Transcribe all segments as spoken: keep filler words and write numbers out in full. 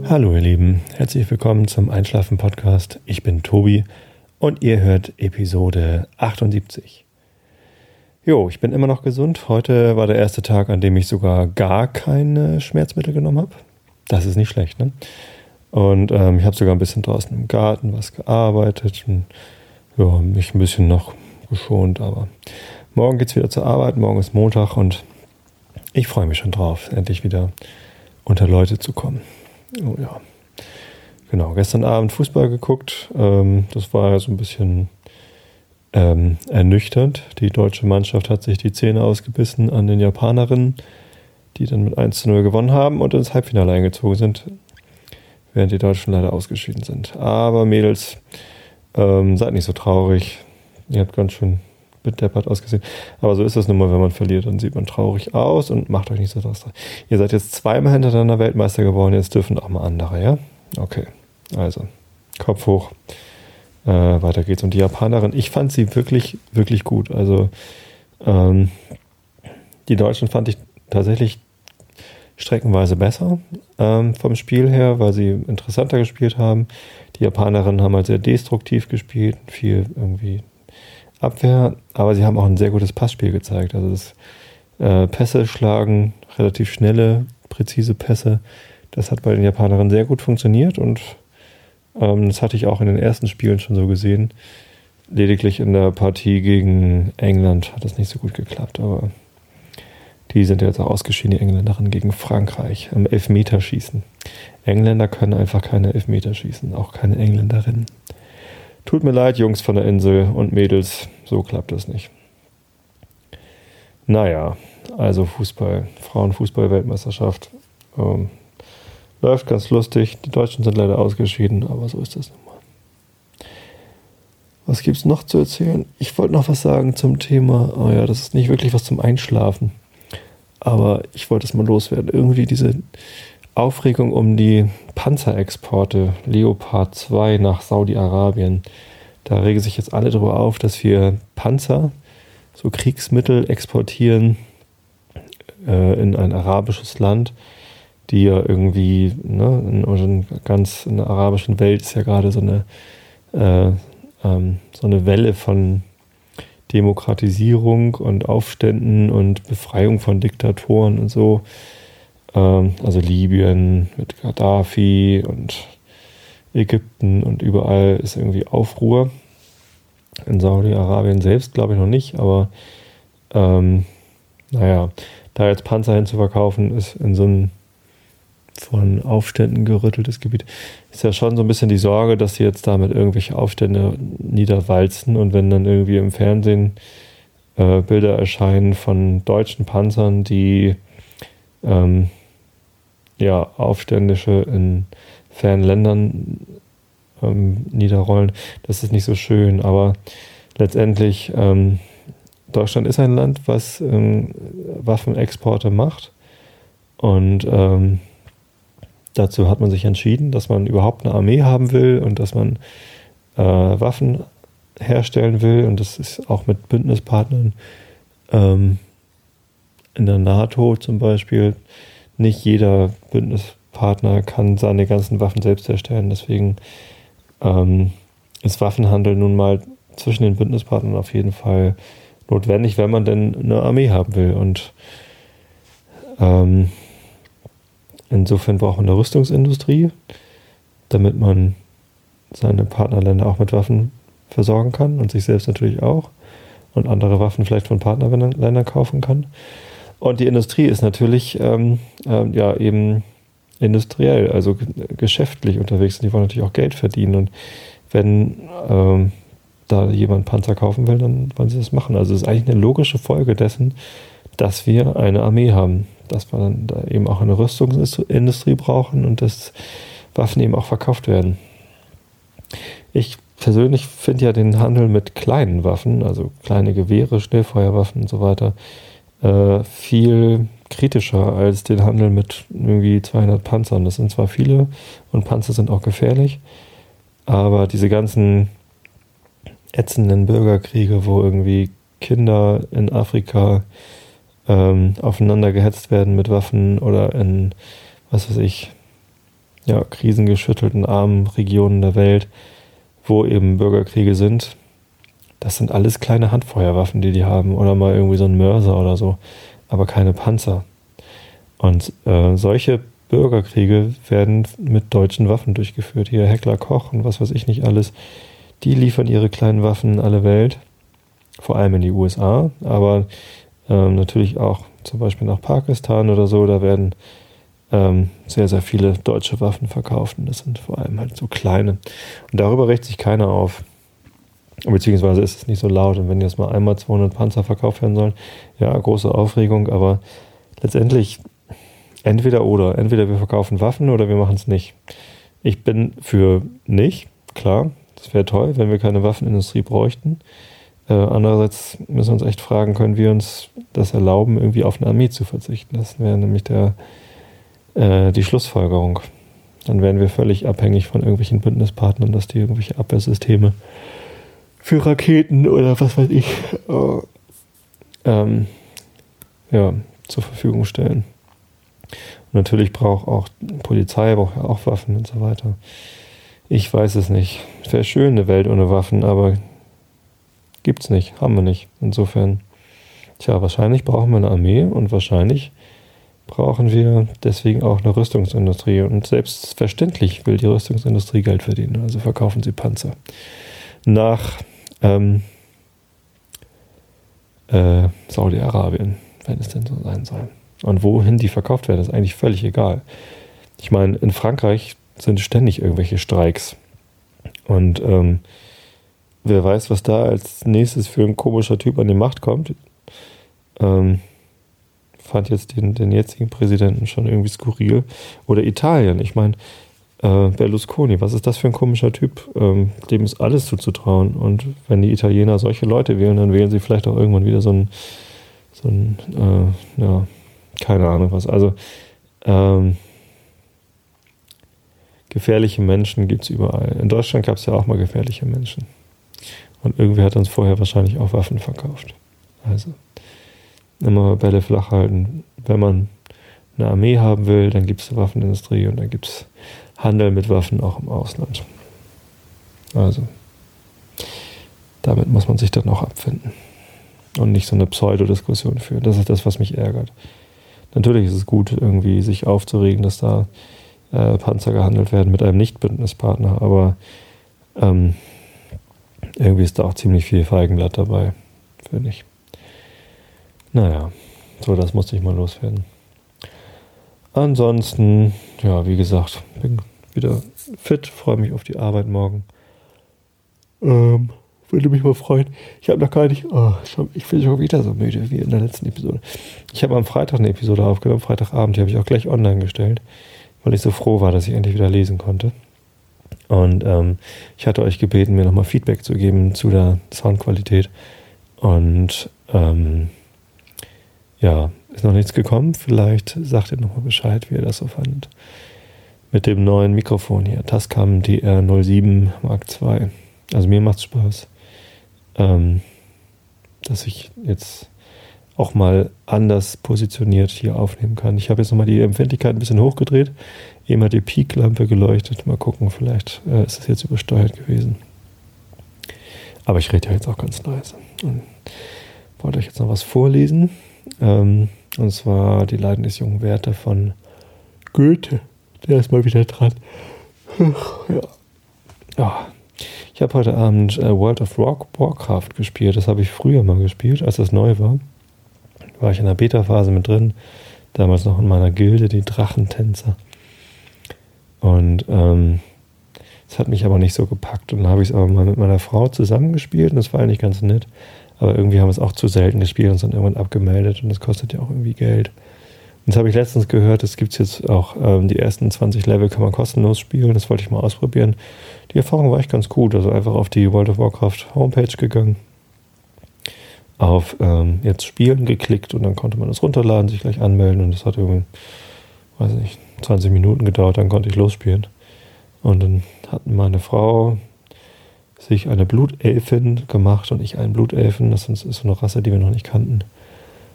Hallo ihr Lieben, herzlich willkommen zum Einschlafen-Podcast. Ich bin Tobi und ihr hört Episode achtundsiebzig. Jo, ich bin immer noch gesund. Heute war der erste Tag, an dem ich sogar gar keine Schmerzmittel genommen habe. Das ist nicht schlecht, ne? Und ähm, ich habe sogar ein bisschen draußen im Garten was gearbeitet und ja, mich ein bisschen noch geschont, aber morgen geht's wieder zur Arbeit, morgen ist Montag und ich freue mich schon drauf, endlich wieder unter Leute zu kommen. Oh ja, genau, gestern Abend Fußball geguckt, ähm, das war ja so ein bisschen ähm, ernüchternd. Die deutsche Mannschaft hat sich die Zähne ausgebissen an den Japanerinnen, die dann mit eins zu null gewonnen haben und ins Halbfinale eingezogen sind, während die Deutschen leider ausgeschieden sind. Aber Mädels, ähm, seid nicht so traurig, ihr habt ganz schön bedeppert ausgesehen. Aber so ist das nun mal, wenn man verliert, dann sieht man traurig aus und macht euch nicht so draus. Ihr seid jetzt zweimal hintereinander Weltmeister geworden, jetzt dürfen auch mal andere, ja? Okay, also Kopf hoch, äh, weiter geht's. Und die Japanerin, ich fand sie wirklich, wirklich gut. Also ähm, die Deutschen fand ich tatsächlich streckenweise besser ähm, vom Spiel her, weil sie interessanter gespielt haben. Die Japanerinnen haben halt sehr destruktiv gespielt, viel irgendwie Abwehr, aber sie haben auch ein sehr gutes Passspiel gezeigt. Also das äh, Pässe schlagen, relativ schnelle, präzise Pässe, das hat bei den Japanerinnen sehr gut funktioniert und ähm, das hatte ich auch in den ersten Spielen schon so gesehen. Lediglich in der Partie gegen England hat das nicht so gut geklappt, aber die sind ja jetzt auch ausgeschieden, die Engländerinnen gegen Frankreich im Elfmeterschießen. Engländer können einfach keine Elfmeter schießen, auch keine Engländerinnen. Tut mir leid, Jungs von der Insel und Mädels, so klappt das nicht. Naja, also Fußball, Frauenfußball-Weltmeisterschaft. Ähm, läuft ganz lustig. Die Deutschen sind leider ausgeschieden, aber so ist das nun mal. Was gibt's noch zu erzählen? Ich wollte noch was sagen zum Thema, oh ja, das ist nicht wirklich was zum Einschlafen, aber ich wollte es mal loswerden. Irgendwie diese Aufregung um die Panzerexporte, Leopard zwei nach Saudi-Arabien. Da regen sich jetzt alle darüber auf, dass wir Panzer, so Kriegsmittel exportieren äh, in ein arabisches Land, die ja irgendwie, ne, in, in ganz in der arabischen Welt ist ja gerade so eine äh, ähm, so eine Welle von Demokratisierung und Aufständen und Befreiung von Diktatoren und so. Also Libyen mit Gaddafi und Ägypten und überall ist irgendwie Aufruhr. In Saudi-Arabien selbst glaube ich noch nicht, aber ähm, naja, da jetzt Panzer hinzuverkaufen ist in so ein von Aufständen gerütteltes Gebiet, ist ja schon so ein bisschen die Sorge, dass sie jetzt damit irgendwelche Aufstände niederwalzen und wenn dann irgendwie im Fernsehen äh, Bilder erscheinen von deutschen Panzern, die ähm, ja, Aufständische in fernen Ländern ähm, niederrollen. Das ist nicht so schön, aber letztendlich ähm, Deutschland ist ein Land, was ähm, Waffenexporte macht und ähm, dazu hat man sich entschieden, dass man überhaupt eine Armee haben will und dass man äh, Waffen herstellen will und das ist auch mit Bündnispartnern ähm, in der NATO zum Beispiel. Nicht jeder Bündnispartner kann seine ganzen Waffen selbst herstellen. Deswegen ähm, ist Waffenhandel nun mal zwischen den Bündnispartnern auf jeden Fall notwendig, wenn man denn eine Armee haben will. Und ähm, insofern braucht man eine Rüstungsindustrie, damit man seine Partnerländer auch mit Waffen versorgen kann und sich selbst natürlich auch und andere Waffen vielleicht von Partnerländern kaufen kann. Und die Industrie ist natürlich ähm, ähm, ja eben industriell, also g- geschäftlich unterwegs. Und die wollen natürlich auch Geld verdienen. Und wenn ähm, da jemand Panzer kaufen will, dann wollen sie das machen. Also es ist eigentlich eine logische Folge dessen, dass wir eine Armee haben. Dass wir dann da eben auch eine Rüstungsindustrie brauchen und dass Waffen eben auch verkauft werden. Ich persönlich finde ja den Handel mit kleinen Waffen, also kleine Gewehre, Schnellfeuerwaffen und so weiter, viel kritischer als den Handel mit irgendwie zweihundert Panzern. Das sind zwar viele und Panzer sind auch gefährlich, aber diese ganzen ätzenden Bürgerkriege, wo irgendwie Kinder in Afrika ähm, aufeinander gehetzt werden mit Waffen oder in, was weiß ich, ja, krisengeschüttelten, armen Regionen der Welt, wo eben Bürgerkriege sind, das sind alles kleine Handfeuerwaffen, die die haben. Oder mal irgendwie so ein Mörser oder so. Aber keine Panzer. Und äh, solche Bürgerkriege werden mit deutschen Waffen durchgeführt. Hier Heckler Koch und was weiß ich nicht alles. Die liefern ihre kleinen Waffen in alle Welt. Vor allem in die U S A. Aber ähm, natürlich auch zum Beispiel nach Pakistan oder so. Da werden ähm, sehr, sehr viele deutsche Waffen verkauft. Und das sind vor allem halt so kleine. Und darüber regt sich keiner auf. Beziehungsweise ist es nicht so laut. Und wenn jetzt mal einmal zweihundert Panzer verkauft werden sollen, ja, große Aufregung. Aber letztendlich entweder oder. Entweder wir verkaufen Waffen oder wir machen es nicht. Ich bin für nicht, klar. Das wäre toll, wenn wir keine Waffenindustrie bräuchten. Äh, andererseits müssen wir uns echt fragen, können wir uns das erlauben, irgendwie auf eine Armee zu verzichten? Das wäre nämlich der, äh, die Schlussfolgerung. Dann wären wir völlig abhängig von irgendwelchen Bündnispartnern, dass die irgendwelche Abwehrsysteme für Raketen oder was weiß ich äh, ähm, ja, zur Verfügung stellen. Und natürlich braucht auch Polizei, braucht ja auch Waffen und so weiter. Ich weiß es nicht. Es wäre schön, eine Welt ohne Waffen, aber gibt's nicht, haben wir nicht. Insofern, tja, wahrscheinlich brauchen wir eine Armee und wahrscheinlich brauchen wir deswegen auch eine Rüstungsindustrie. Und selbstverständlich will die Rüstungsindustrie Geld verdienen, also verkaufen sie Panzer. Nach ähm, äh, Saudi-Arabien, wenn es denn so sein soll. Und wohin die verkauft werden, ist eigentlich völlig egal. Ich meine, in Frankreich sind ständig irgendwelche Streiks. Und ähm, wer weiß, was da als nächstes für ein komischer Typ an die Macht kommt. Ähm, fand jetzt den, den jetzigen Präsidenten schon irgendwie skurril. Oder Italien, ich meine, äh, Berlusconi, was ist das für ein komischer Typ? Ähm, dem ist alles zuzutrauen. Und wenn die Italiener solche Leute wählen, dann wählen sie vielleicht auch irgendwann wieder so ein, so ein äh, ja, keine Ahnung was. Also, ähm, gefährliche Menschen gibt es überall. In Deutschland gab es ja auch mal gefährliche Menschen. Und irgendwer hat uns vorher wahrscheinlich auch Waffen verkauft. Also immer Bälle flach halten. Wenn man eine Armee haben will, dann gibt es eine Waffenindustrie und dann gibt es Handel mit Waffen auch im Ausland. Also damit muss man sich dann auch abfinden. Und nicht so eine Pseudodiskussion führen. Das ist das, was mich ärgert. Natürlich ist es gut, irgendwie sich aufzuregen, dass da äh, Panzer gehandelt werden mit einem Nicht-Bündnispartner, aber ähm, irgendwie ist da auch ziemlich viel Feigenblatt dabei, finde ich. Naja, so, das musste ich mal loswerden. Ansonsten, ja, wie gesagt, bin wieder fit, freue mich auf die Arbeit morgen. Ähm, würde mich mal freuen. Ich habe noch gar nicht, oh, schon, ich bin schon wieder so müde wie in der letzten Episode. Ich habe am Freitag eine Episode aufgenommen, Freitagabend, die habe ich auch gleich online gestellt, weil ich so froh war, dass ich endlich wieder lesen konnte. Und ähm, ich hatte euch gebeten, mir nochmal Feedback zu geben zu der Soundqualität. Und ähm, ja, ist noch nichts gekommen. Vielleicht sagt ihr nochmal Bescheid, wie ihr das so fandet. Mit dem neuen Mikrofon hier, Tascam D R null sieben Mark zwei. Also mir macht's Spaß, ähm, dass ich jetzt auch mal anders positioniert hier aufnehmen kann. Ich habe jetzt nochmal die Empfindlichkeit ein bisschen hochgedreht. Eben hat die Peak-Lampe geleuchtet. Mal gucken, vielleicht äh, ist es jetzt übersteuert gewesen. Aber ich rede ja jetzt auch ganz leise. Und wollte euch jetzt noch was vorlesen. Ähm, und zwar die Leiden des jungen Werther von Goethe. Der ist mal wieder dran. Ja. Ja. Ich habe heute Abend äh, World of Warcraft gespielt. Das habe ich früher mal gespielt, als das neu war. War ich in der Beta-Phase mit drin. Damals noch in meiner Gilde, die Drachentänzer. Und ähm, das hat mich aber nicht so gepackt. Und dann habe ich es aber mal mit meiner Frau zusammengespielt und das war eigentlich ganz nett. Aber irgendwie haben wir es auch zu selten gespielt und es dann irgendwann abgemeldet und das kostet ja auch irgendwie Geld. Und das habe ich letztens gehört, es gibt jetzt auch ähm, die ersten zwanzig Level kann man kostenlos spielen. Das wollte ich mal ausprobieren. Die Erfahrung war echt ganz gut. Also einfach auf die World of Warcraft Homepage gegangen, auf ähm, jetzt Spielen geklickt und dann konnte man das runterladen, sich gleich anmelden und das hat irgendwie, weiß nicht, zwanzig Minuten gedauert, dann konnte ich losspielen. Und dann hat meine Frau sich eine Blutelfin gemacht und ich einen Blutelfen. Das ist so eine Rasse, die wir noch nicht kannten.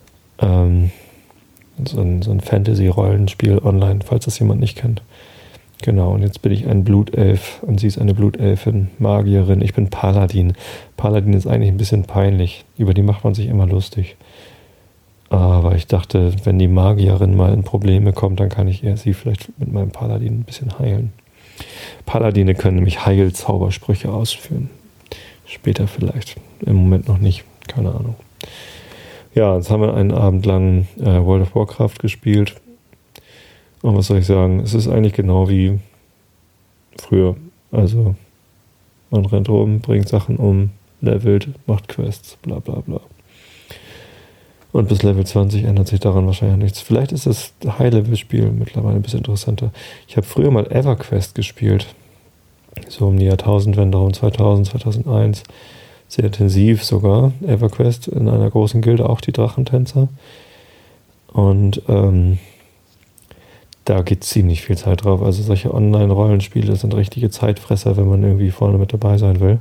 Ähm, so ein, so ein Fantasy-Rollenspiel online, falls das jemand nicht kennt. Genau, und jetzt bin ich ein Blutelf und sie ist eine Blutelfin, Magierin. Ich bin Paladin. Paladin ist eigentlich ein bisschen peinlich. Über die macht man sich immer lustig. Aber ich dachte, wenn die Magierin mal in Probleme kommt, dann kann ich eher sie vielleicht mit meinem Paladin ein bisschen heilen. Paladine können nämlich Heilzaubersprüche ausführen. Später vielleicht. Im Moment noch nicht. Keine Ahnung. Ja, jetzt haben wir einen Abend lang äh, World of Warcraft gespielt. Und was soll ich sagen? Es ist eigentlich genau wie früher. Also man rennt rum, bringt Sachen um, levelt, macht Quests, bla bla bla. Und bis Level zwanzig ändert sich daran wahrscheinlich nichts. Vielleicht ist das High-Level-Spiel mittlerweile ein bisschen interessanter. Ich habe früher mal EverQuest gespielt. So um die Jahrtausendwende, um zweitausend, zweitausendeins. Sehr intensiv sogar. EverQuest in einer großen Gilde, auch die Drachentänzer. Und ähm, da geht ziemlich viel Zeit drauf. Also solche Online-Rollenspiele sind richtige Zeitfresser, wenn man irgendwie vorne mit dabei sein will.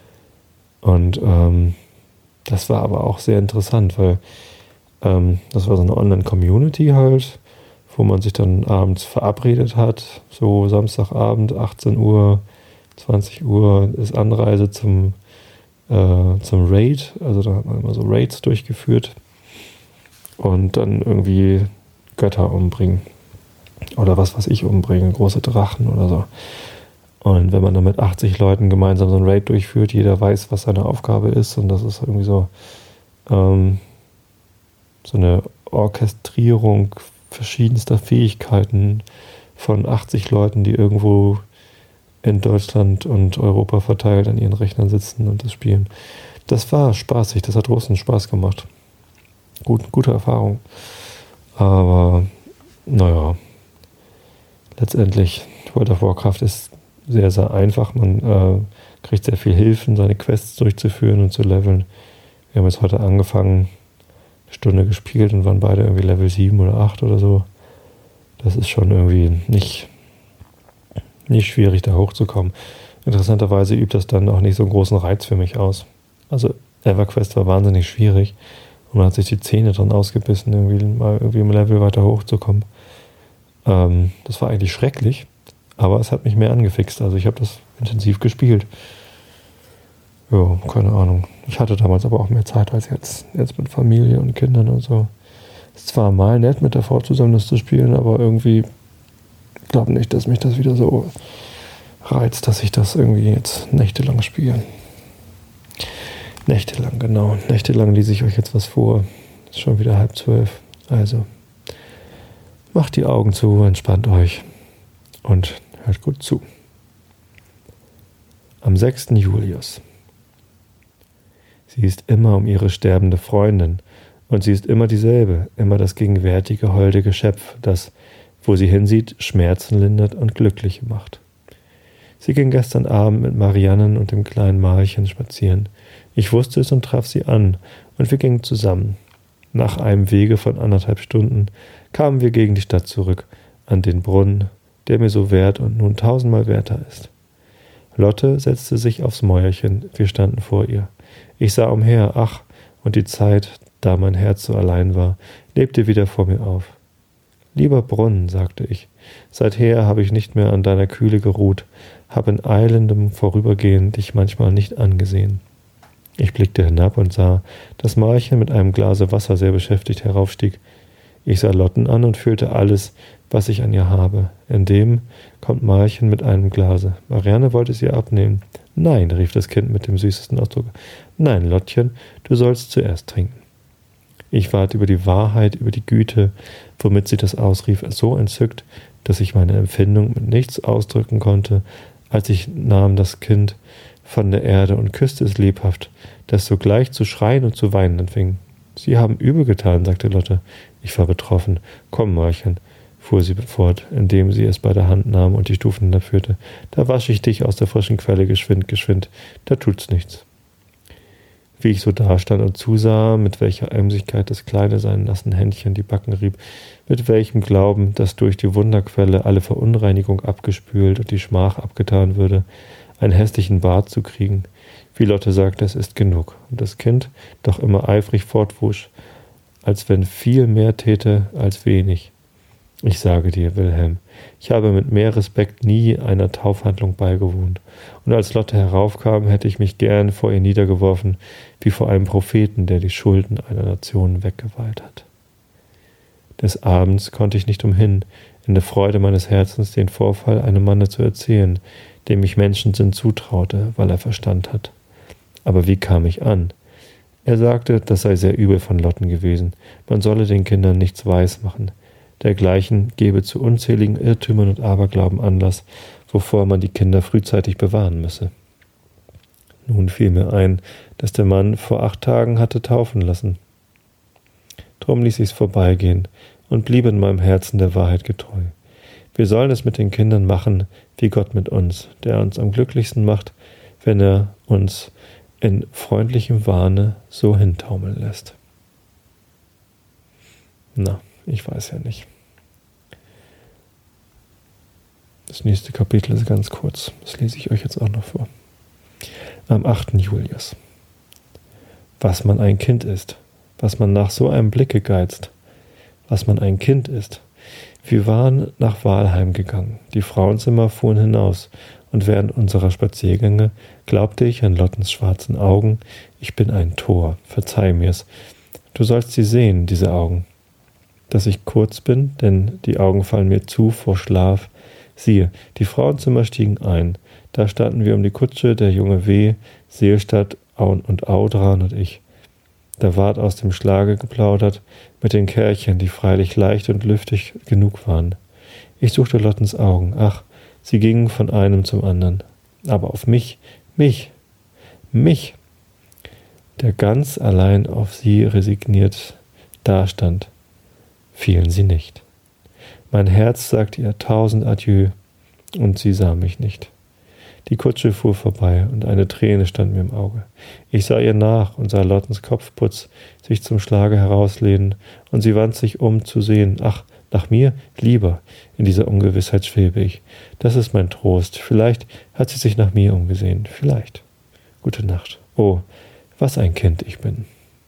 Und ähm, das war aber auch sehr interessant, weil ähm, das war so eine Online-Community halt, wo man sich dann abends verabredet hat. So Samstagabend, achtzehn Uhr, zwanzig Uhr ist Anreise zum, äh, zum Raid. Also da hat man immer so Raids durchgeführt und dann irgendwie Götter umbringen. Oder was weiß ich umbringen, große Drachen oder so. Und wenn man dann mit achtzig Leuten gemeinsam so ein Raid durchführt, jeder weiß, was seine Aufgabe ist. Und das ist irgendwie so, ähm, so eine Orchestrierung verschiedenster Fähigkeiten von achtzig Leuten, die irgendwo in Deutschland und Europa verteilt an ihren Rechnern sitzen und das spielen. Das war spaßig, das hat großen Spaß gemacht. Gut, gute Erfahrung. Aber naja, letztendlich, World of Warcraft ist sehr, sehr einfach. Man äh, kriegt sehr viel Hilfen, seine Quests durchzuführen und zu leveln. Wir haben jetzt heute angefangen, eine Stunde gespielt und waren beide irgendwie Level sieben oder acht oder so. Das ist schon irgendwie nicht, nicht schwierig, da hochzukommen. Interessanterweise übt das dann auch nicht so einen großen Reiz für mich aus. Also EverQuest war wahnsinnig schwierig und man hat sich die Zähne dran ausgebissen, irgendwie mal irgendwie im Level weiter hochzukommen. Ähm, das war eigentlich schrecklich, aber es hat mich mehr angefixt. Also ich habe das intensiv gespielt. Ja, keine Ahnung. Ich hatte damals aber auch mehr Zeit als jetzt. Jetzt mit Familie und Kindern und so. Es ist zwar mal nett, mit der Frau zusammen das zu spielen, aber irgendwie glaube nicht, dass mich das wieder so reizt, dass ich das irgendwie jetzt nächtelang spiele. Nächtelang, genau. Nächtelang lese ich euch jetzt was vor. Ist schon wieder halb zwölf. Also macht die Augen zu, entspannt euch und hört gut zu. Am sechsten Julius. Sie ist immer um ihre sterbende Freundin und sie ist immer dieselbe, immer das gegenwärtige, holde Geschöpf, das, wo sie hinsieht, Schmerzen lindert und glücklich macht. Sie ging gestern Abend mit Mariannen und dem kleinen Marchen spazieren. Ich wusste es und traf sie an, und wir gingen zusammen. Nach einem Wege von anderthalb Stunden kamen wir gegen die Stadt zurück, an den Brunnen, der mir so wert und nun tausendmal werter ist. Lotte setzte sich aufs Mäuerchen, wir standen vor ihr. Ich sah umher, ach, und die Zeit, da mein Herz so allein war, lebte wieder vor mir auf. »Lieber Brunnen«, sagte ich, »seither habe ich nicht mehr an deiner Kühle geruht, habe in eilendem Vorübergehen dich manchmal nicht angesehen.« Ich blickte hinab und sah, dass Marchen mit einem Glase Wasser sehr beschäftigt heraufstieg. Ich sah Lotten an und fühlte alles, was ich an ihr habe. Indem kommt Marchen mit einem Glase. Marianne wollte es ihr abnehmen. »Nein«, rief das Kind mit dem süßesten Ausdruck. »Nein, Lottchen, du sollst zuerst trinken.« Ich ward über die Wahrheit, über die Güte, womit sie das ausrief, so entzückt, dass ich meine Empfindung mit nichts ausdrücken konnte, als ich nahm das Kind von der Erde und küsste es lebhaft, das sogleich zu schreien und zu weinen anfing. »Sie haben übel getan«, sagte Lotte. Ich war betroffen. »Komm, Marchen«, fuhr sie fort, indem sie es bei der Hand nahm und die Stufen hinabführte. »Da wasche ich dich aus der frischen Quelle geschwind, geschwind. Da tut's nichts.« Wie ich so dastand und zusah, mit welcher Emsigkeit das Kleine seinen nassen Händchen die Backen rieb, mit welchem Glauben, dass durch die Wunderquelle alle Verunreinigung abgespült und die Schmach abgetan würde, einen hässlichen Bart zu kriegen, wie Lotte sagte, es ist genug, und das Kind doch immer eifrig fortwusch, als wenn viel mehr täte als wenig. Ich sage dir, Wilhelm, ich habe mit mehr Respekt nie einer Taufhandlung beigewohnt, und als Lotte heraufkam, hätte ich mich gern vor ihr niedergeworfen, wie vor einem Propheten, der die Schulden einer Nation weggeweiht hat. Des Abends konnte ich nicht umhin, in der Freude meines Herzens den Vorfall einem Manne zu erzählen, dem ich Menschensinn zutraute, weil er Verstand hat. Aber wie kam ich an? Er sagte, das sei sehr übel von Lotten gewesen, man solle den Kindern nichts weismachen. Dergleichen gebe zu unzähligen Irrtümern und Aberglauben Anlass, wovor man die Kinder frühzeitig bewahren müsse. Nun fiel mir ein, dass der Mann vor acht Tagen hatte taufen lassen. Drum ließ ich's vorbeigehen und blieb in meinem Herzen der Wahrheit getreu. Wir sollen es mit den Kindern machen, wie Gott mit uns, der uns am glücklichsten macht, wenn er uns in freundlichem Wahne so hintaumeln lässt. Na, ich weiß ja nicht. Das nächste Kapitel ist ganz kurz. Das lese ich euch jetzt auch noch vor. Am achten Julius. Was man ein Kind ist, was man nach so einem Blicke geizt, was man ein Kind ist. Wir waren nach Wahlheim gegangen, die Frauenzimmer fuhren hinaus, und während unserer Spaziergänge glaubte ich an Lottens schwarzen Augen, ich bin ein Tor, verzeih mir's. Du sollst sie sehen, diese Augen. Dass ich kurz bin, denn die Augen fallen mir zu vor Schlaf. Siehe, die Frauenzimmer stiegen ein. Da standen wir um die Kutsche, der junge W., Seelstadt und Audran und ich. Da ward aus dem Schlage geplaudert mit den Kerlchen, die freilich leicht und lüftig genug waren. Ich suchte Lottens Augen. Ach, sie gingen von einem zum anderen. Aber auf mich, mich, mich, der ganz allein auf sie resigniert dastand, fielen sie nicht. Mein Herz sagte ihr tausend Adieu, und sie sah mich nicht. Die Kutsche fuhr vorbei, und eine Träne stand mir im Auge. Ich sah ihr nach und sah Lottens Kopfputz sich zum Schlage herauslehnen, und sie wandte sich um zu sehen. Ach, nach mir? Lieber. In dieser Ungewissheit schwebe ich. Das ist mein Trost. Vielleicht hat sie sich nach mir umgesehen. Vielleicht. Gute Nacht. Oh, was ein Kind ich bin.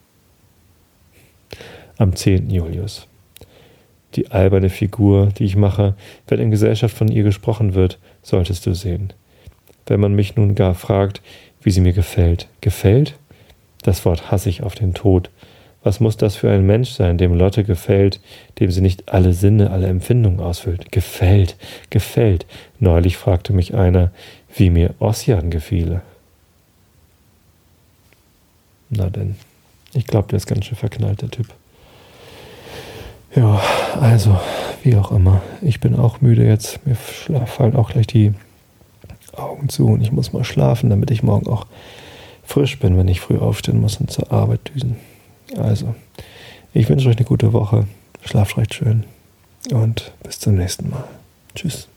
Am zehnten Julius. Die alberne Figur, die ich mache, wenn in Gesellschaft von ihr gesprochen wird, solltest du sehen. Wenn man mich nun gar fragt, wie sie mir gefällt. Gefällt? Das Wort hasse ich auf den Tod. Was muss das für ein Mensch sein, dem Lotte gefällt, dem sie nicht alle Sinne, alle Empfindungen ausfüllt? Gefällt, gefällt. Neulich fragte mich einer, wie mir Ossian gefiele. Na denn, ich glaube, der ist ganz schön verknallt, der Typ. Ja, also, wie auch immer. Ich bin auch müde jetzt. Mir fallen auch gleich die Augen zu und ich muss mal schlafen, damit ich morgen auch frisch bin, wenn ich früh aufstehen muss und zur Arbeit düsen. Also, ich wünsche euch eine gute Woche. Schlaft recht schön und bis zum nächsten Mal. Tschüss.